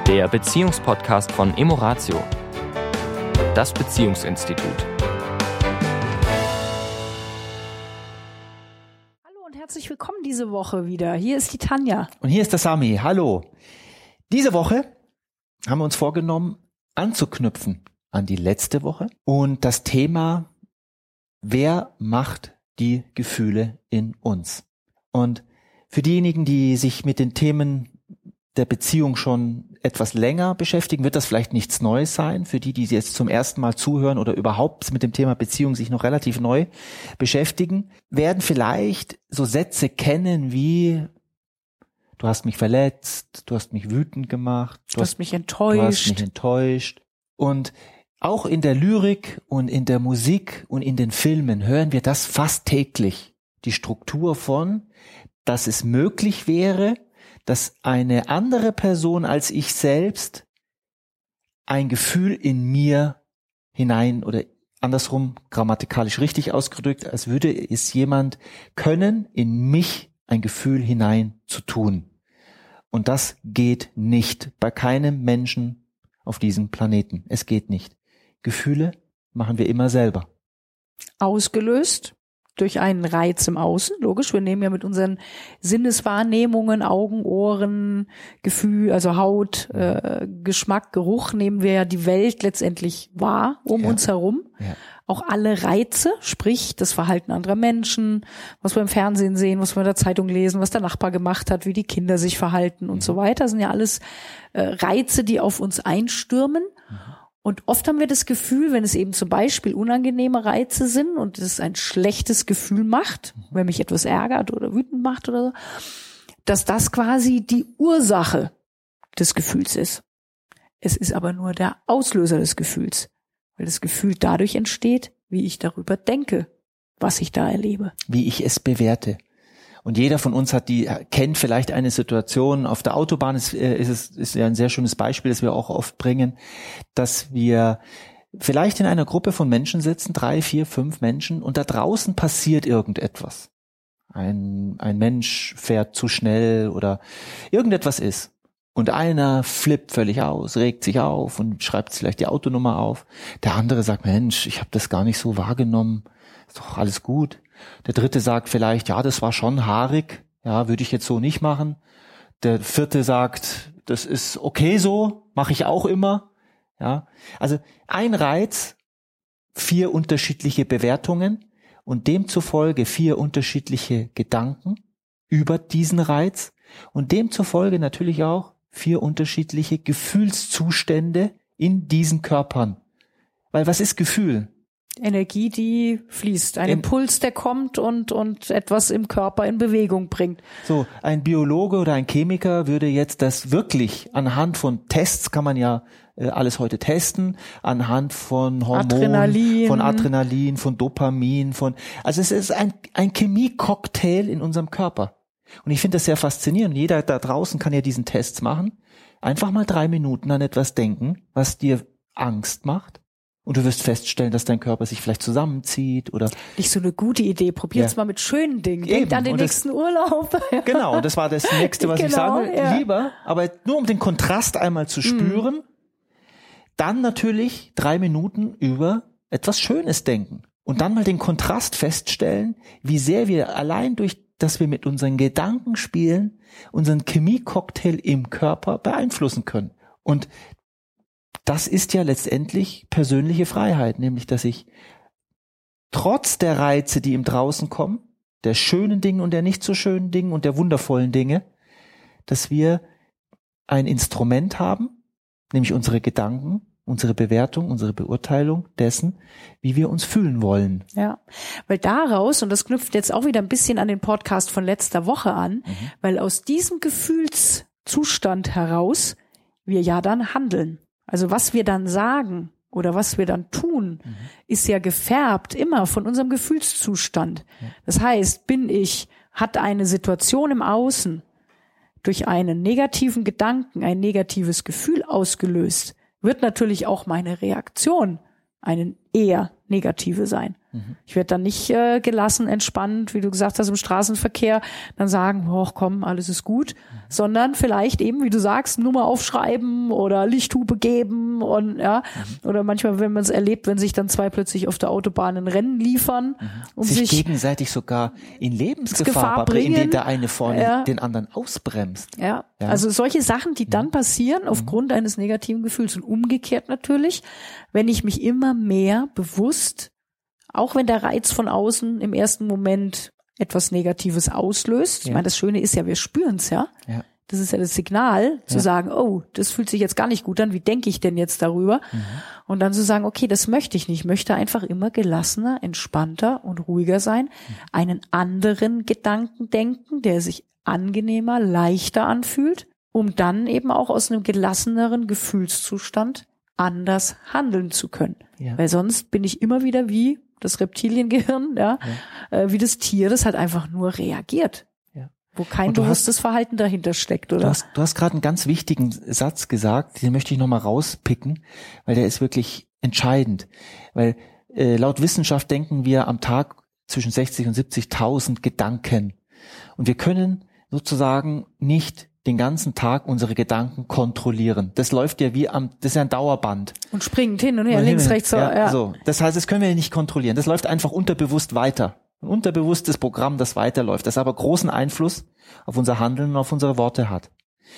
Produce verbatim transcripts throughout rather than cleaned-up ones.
der Beziehungspodcast von Emoratio, das Beziehungsinstitut. Hallo und herzlich willkommen diese Woche wieder. Hier ist die Tanja. Und hier ist der Sami. Hallo. Diese Woche haben wir uns vorgenommen, anzuknüpfen an die letzte Woche und das Thema: Wer macht die Gefühle in uns? Und für diejenigen, die sich mit den Themen der Beziehung schon etwas länger beschäftigen, wird das vielleicht nichts Neues sein. Für die, die jetzt zum ersten Mal zuhören oder überhaupt mit dem Thema Beziehung sich noch relativ neu beschäftigen, werden vielleicht so Sätze kennen wie: Du hast mich verletzt, du hast mich wütend gemacht, du, du hast mich enttäuscht. Du hast mich enttäuscht. Und auch in der Lyrik und in der Musik und in den Filmen hören wir das fast täglich. Die Struktur von, dass es möglich wäre, dass eine andere Person als ich selbst ein Gefühl in mir hinein, oder andersrum grammatikalisch richtig ausgedrückt, als würde es jemand können, in mich ein Gefühl hinein zu tun. Und das geht nicht bei keinem Menschen auf diesem Planeten. Es geht nicht. Gefühle machen wir immer selber. Ausgelöst durch einen Reiz im Außen, logisch. Wir nehmen ja mit unseren Sinneswahrnehmungen, Augen, Ohren, Gefühl, also Haut, äh, Geschmack, Geruch, nehmen wir ja die Welt letztendlich wahr um ja. uns herum. Ja. Auch alle Reize, sprich das Verhalten anderer Menschen, was wir im Fernsehen sehen, was wir in der Zeitung lesen, was der Nachbar gemacht hat, wie die Kinder sich verhalten und mhm. so weiter, sind ja alles äh, Reize, die auf uns einstürmen. Mhm. Und oft haben wir das Gefühl, wenn es eben zum Beispiel unangenehme Reize sind und es ein schlechtes Gefühl macht, wenn mich etwas ärgert oder wütend macht oder so, dass das quasi die Ursache des Gefühls ist. Es ist aber nur der Auslöser des Gefühls, weil das Gefühl dadurch entsteht, wie ich darüber denke, was ich da erlebe. Wie ich es bewerte. Und jeder von uns hat die, kennt vielleicht eine Situation auf der Autobahn. Ist, ist es ist ja ein sehr schönes Beispiel, das wir auch oft bringen, dass wir vielleicht in einer Gruppe von Menschen sitzen, drei, vier, fünf Menschen, und da draußen passiert irgendetwas. Ein, ein Mensch fährt zu schnell oder irgendetwas ist. Und einer flippt völlig aus, regt sich auf und schreibt vielleicht die Autonummer auf. Der andere sagt: Mensch, ich habe das gar nicht so wahrgenommen. Ist doch alles gut. Der dritte sagt vielleicht: Ja, das war schon haarig. Ja, würde ich jetzt so nicht machen. Der vierte sagt: Das ist okay so, mache ich auch immer. Ja, also ein Reiz, vier unterschiedliche Bewertungen und demzufolge vier unterschiedliche Gedanken über diesen Reiz und demzufolge natürlich auch vier unterschiedliche Gefühlszustände in diesen Körpern. Weil was ist Gefühl? Energie, die fließt, ein Impuls, der kommt und und etwas im Körper in Bewegung bringt. So, ein Biologe oder ein Chemiker würde jetzt das wirklich anhand von Tests, kann man ja äh, alles heute testen, anhand von Hormonen, Adrenalin. von Adrenalin, von Dopamin, von, also es ist ein ein Chemie-Cocktail in unserem Körper. Und ich finde das sehr faszinierend. Jeder da draußen kann ja diesen Test machen. Einfach mal drei Minuten an etwas denken, was dir Angst macht. Und du wirst feststellen, dass dein Körper sich vielleicht zusammenzieht oder... Nicht so eine gute Idee. Probier's ja. mal mit schönen Dingen. Denk an den und nächsten das, Urlaub. Genau, das war das Nächste, was genau, ich sage. Ja. Lieber, aber nur um den Kontrast einmal zu spüren, mhm. dann natürlich drei Minuten über etwas Schönes denken. Und dann mal den Kontrast feststellen, wie sehr wir allein durch, dass wir mit unseren Gedanken spielen, unseren Chemie-Cocktail im Körper beeinflussen können. Und das ist ja letztendlich persönliche Freiheit, nämlich dass ich trotz der Reize, die im Draußen kommen, der schönen Dinge und der nicht so schönen Dinge und der wundervollen Dinge, dass wir ein Instrument haben, nämlich unsere Gedanken, unsere Bewertung, unsere Beurteilung dessen, wie wir uns fühlen wollen. Ja, weil daraus, und das knüpft jetzt auch wieder ein bisschen an den Podcast von letzter Woche an, mhm. weil aus diesem Gefühlszustand heraus wir ja dann handeln. Also was wir dann sagen oder was wir dann tun, mhm. ist ja gefärbt immer von unserem Gefühlszustand. Ja. Das heißt, bin ich, hat eine Situation im Außen durch einen negativen Gedanken, ein negatives Gefühl ausgelöst, wird natürlich auch meine Reaktion eine eher negative sein. Ich werde dann nicht äh, gelassen, entspannt, wie du gesagt hast, im Straßenverkehr dann sagen, oh komm, alles ist gut, mhm. sondern vielleicht eben, wie du sagst, Nummer aufschreiben oder Lichthupe geben und ja, mhm. oder manchmal, wenn man es erlebt, wenn sich dann zwei plötzlich auf der Autobahn ein Rennen liefern mhm. und sich, sich gegenseitig sogar in Lebensgefahr Gefahr bringen, indem bringen. der eine vorne Ja. den anderen ausbremst. Ja. Ja. Also solche Sachen, die dann passieren aufgrund mhm. eines negativen Gefühls und umgekehrt natürlich, wenn ich mich immer mehr bewusst, auch wenn der Reiz von außen im ersten Moment etwas Negatives auslöst. Ja. Ich meine, das Schöne ist ja, wir spüren es ja. ja. Das ist ja das Signal, zu ja. sagen, oh, das fühlt sich jetzt gar nicht gut an, wie denke ich denn jetzt darüber? Mhm. Und dann zu sagen, okay, das möchte ich nicht. Ich möchte einfach immer gelassener, entspannter und ruhiger sein, mhm. einen anderen Gedanken denken, der sich angenehmer, leichter anfühlt, um dann eben auch aus einem gelasseneren Gefühlszustand anders handeln zu können. Ja. Weil sonst bin ich immer wieder wie das Reptiliengehirn, ja, ja. Äh, wie das Tier, das halt einfach nur reagiert. Ja. Wo kein bewusstes hast, Verhalten dahinter steckt, oder? Du hast, du hast gerade einen ganz wichtigen Satz gesagt, den möchte ich nochmal rauspicken, weil der ist wirklich entscheidend. Weil äh, laut Wissenschaft denken wir am Tag zwischen sechzig und siebzigtausend Gedanken. Und wir können sozusagen nicht den ganzen Tag unsere Gedanken kontrollieren. Das läuft ja wie am, das ist ja ein Dauerband. Und springt hin und her, links, hin. rechts, so, ja, ja. So. Das heißt, das können wir nicht kontrollieren. Das läuft einfach unterbewusst weiter. Ein unterbewusstes Programm, das weiterläuft, das aber großen Einfluss auf unser Handeln und auf unsere Worte hat.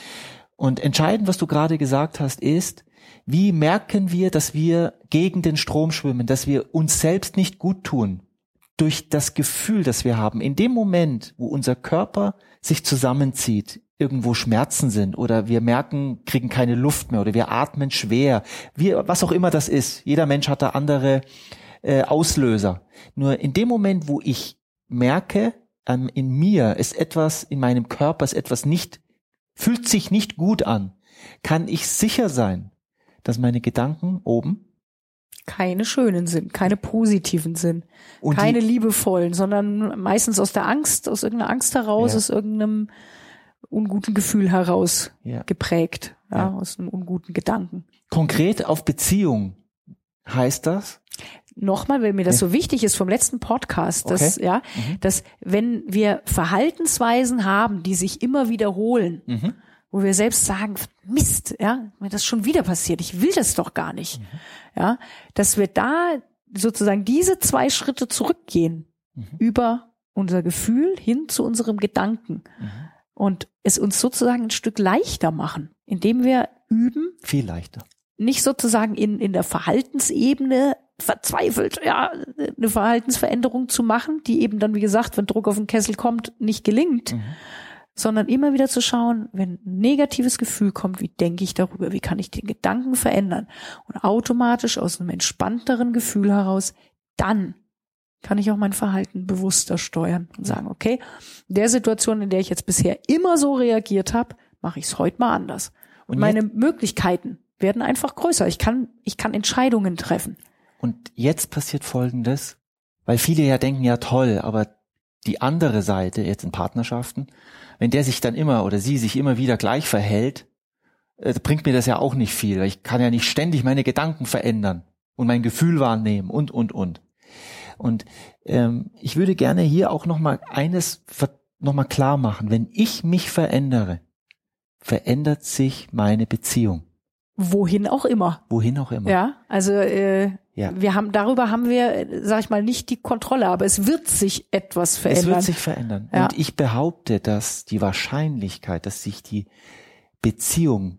Und entscheidend, was du gerade gesagt hast, ist, wie merken wir, dass wir gegen den Strom schwimmen, dass wir uns selbst nicht gut tun? Durch das Gefühl, das wir haben. In dem Moment, wo unser Körper sich zusammenzieht, irgendwo Schmerzen sind oder wir merken, kriegen keine Luft mehr oder wir atmen schwer, wir, was auch immer das ist. Jeder Mensch hat da andere äh, Auslöser. Nur in dem Moment, wo ich merke, ähm, in mir ist etwas, in meinem Körper ist etwas nicht, fühlt sich nicht gut an, kann ich sicher sein, dass meine Gedanken oben keine schönen sind, keine positiven sind, und keine liebevollen, sondern meistens aus der Angst, aus irgendeiner Angst heraus, ja. aus irgendeinem unguten Gefühl heraus ja. geprägt, ja, ja. aus einem unguten Gedanken. Konkret auf Beziehung heißt das? Nochmal, weil mir das ja. so wichtig ist vom letzten Podcast, dass, okay. ja, mhm. dass wenn wir Verhaltensweisen haben, die sich immer wiederholen, mhm. wo wir selbst sagen, Mist, ja, mir das schon wieder passiert, ich will das doch gar nicht, mhm. ja, dass wir da sozusagen diese zwei Schritte zurückgehen mhm. über unser Gefühl hin zu unserem Gedanken. Mhm. Und es uns sozusagen ein Stück leichter machen, indem wir üben. Viel leichter. Nicht sozusagen in, in der Verhaltensebene verzweifelt, ja, eine Verhaltensveränderung zu machen, die eben dann, wie gesagt, wenn Druck auf den Kessel kommt, nicht gelingt, mhm. sondern immer wieder zu schauen, wenn ein negatives Gefühl kommt, wie denke ich darüber, wie kann ich den Gedanken verändern? Und automatisch aus einem entspannteren Gefühl heraus, dann kann ich auch mein Verhalten bewusster steuern und sagen, okay, in der Situation, in der ich jetzt bisher immer so reagiert habe, mache ich es heute mal anders. Und, und meine Möglichkeiten werden einfach größer. Ich kann, ich kann Entscheidungen treffen. Und jetzt passiert Folgendes, weil viele ja denken, ja toll, aber die andere Seite jetzt in Partnerschaften, wenn der sich dann immer oder sie sich immer wieder gleich verhält, äh, bringt mir das ja auch nicht viel, weil ich kann ja nicht ständig meine Gedanken verändern und mein Gefühl wahrnehmen und, und, und. Und ähm, ich würde gerne hier auch nochmal eines nochmal klar machen. Wenn ich mich verändere, verändert sich meine Beziehung. Wohin auch immer. Wohin auch immer. Ja, also äh, ja. wir haben darüber haben wir, sag ich mal, nicht die Kontrolle, aber es wird sich etwas verändern. Es wird sich verändern. Ja. Und ich behaupte, dass die Wahrscheinlichkeit, dass sich die Beziehung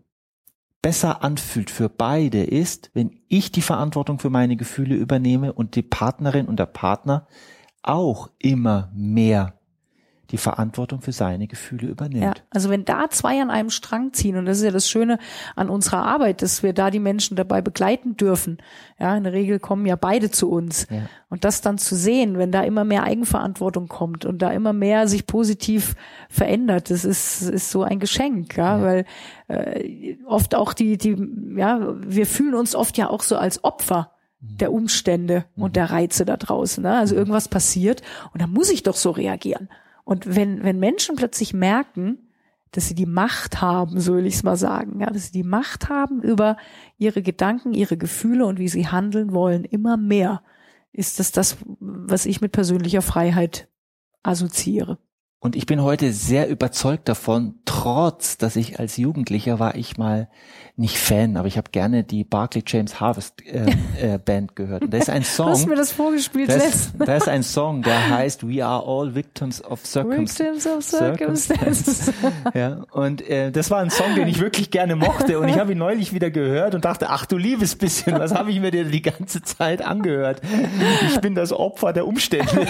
besser anfühlt für beide ist, wenn ich die Verantwortung für meine Gefühle übernehme und die Partnerin und der Partner auch immer mehr die Verantwortung für seine Gefühle übernimmt. Ja, also wenn da zwei an einem Strang ziehen, und das ist ja das Schöne an unserer Arbeit, dass wir da die Menschen dabei begleiten dürfen. Ja, in der Regel kommen ja beide zu uns. Ja. Und das dann zu sehen, wenn da immer mehr Eigenverantwortung kommt und da immer mehr sich positiv verändert, das ist, ist so ein Geschenk, ja, ja. weil äh, oft auch die, die, ja, wir fühlen uns oft ja auch so als Opfer der Umstände mhm. und der Reize da draußen. Ne? Also irgendwas passiert und da muss ich doch so reagieren. Und wenn, wenn Menschen plötzlich merken, dass sie die Macht haben, so will ich es mal sagen, ja, dass sie die Macht haben über ihre Gedanken, ihre Gefühle und wie sie handeln wollen, immer mehr, ist das das, was ich mit persönlicher Freiheit assoziiere. Und ich bin heute sehr überzeugt davon, trotz, dass ich als Jugendlicher war ich mal nicht Fan, aber ich habe gerne die Barclay James Harvest äh, äh, Band gehört. Und da ist ein Song. Du hast mir das vorgespielt da ist, letztens. Da ist ein Song, der heißt We Are All Victims of Circumstances. Victims of Circumstances. Ja, und äh, das war ein Song, den ich wirklich gerne mochte. Und ich habe ihn neulich wieder gehört und dachte, ach du liebes bisschen, was habe ich mir dir die ganze Zeit angehört? Ich bin das Opfer der Umstände.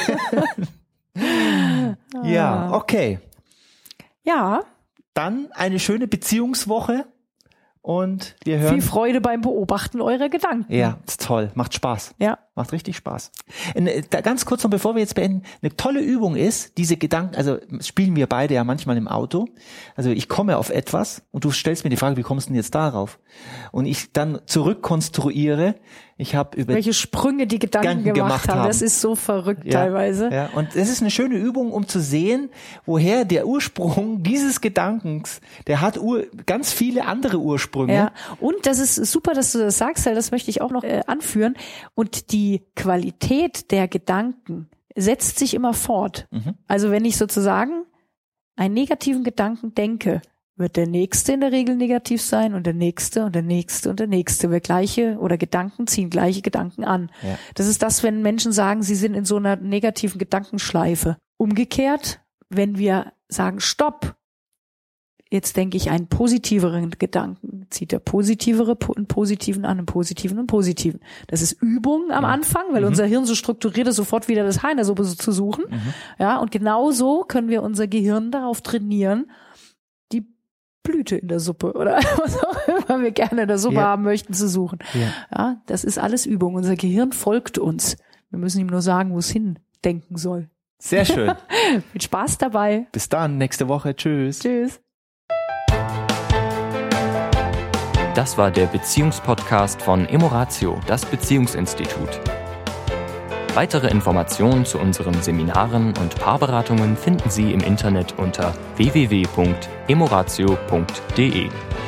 Ja, okay. Ja. Dann eine schöne Beziehungswoche und wir hören. Viel Freude beim Beobachten eurer Gedanken. Ja, ist toll, macht Spaß. Ja. Macht richtig Spaß. Eine, da ganz kurz noch, bevor wir jetzt beenden, eine tolle Übung ist, diese Gedanken, also spielen wir beide ja manchmal im Auto. Also ich komme auf etwas und du stellst mir die Frage, wie kommst du denn jetzt darauf? Und ich dann zurückkonstruiere, ich habe über welche Sprünge die Gedanken, Gedanken gemacht, gemacht haben. haben. Das ist so verrückt ja, teilweise. Ja, und es ist eine schöne Übung, um zu sehen, woher der Ursprung dieses Gedankens, der hat Ur, ganz viele andere Ursprünge. Ja, und das ist super, dass du das sagst, weil das möchte ich auch noch äh, anführen. Und die Qualität der Gedanken setzt sich immer fort. Mhm. Also wenn ich sozusagen einen negativen Gedanken denke, wird der nächste in der Regel negativ sein und der nächste und der nächste und der nächste. Wir gleiche oder Gedanken ziehen gleiche Gedanken an. Ja. Das ist das, wenn Menschen sagen, sie sind in so einer negativen Gedankenschleife. Umgekehrt, wenn wir sagen, stopp, jetzt denke ich einen positiveren Gedanken, zieht der positivere einen positiven an, einen positiven und einen positiven. Das ist Übung am ja. Anfang, weil mhm. unser Hirn so strukturiert ist, sofort wieder das Haar in der Suppe zu suchen. Mhm. Ja, und genauso können wir unser Gehirn darauf trainieren, die Blüte in der Suppe oder was auch immer wir gerne in der Suppe ja. haben möchten, zu suchen. Ja. ja, das ist alles Übung. Unser Gehirn folgt uns. Wir müssen ihm nur sagen, wo es hin denken soll. Sehr schön. Viel Spaß dabei. Bis dann, nächste Woche. Tschüss. Tschüss. Das war der Beziehungspodcast von Emoratio, das Beziehungsinstitut. Weitere Informationen zu unseren Seminaren und Paarberatungen finden Sie im Internet unter w w w punkt emoratio punkt d e.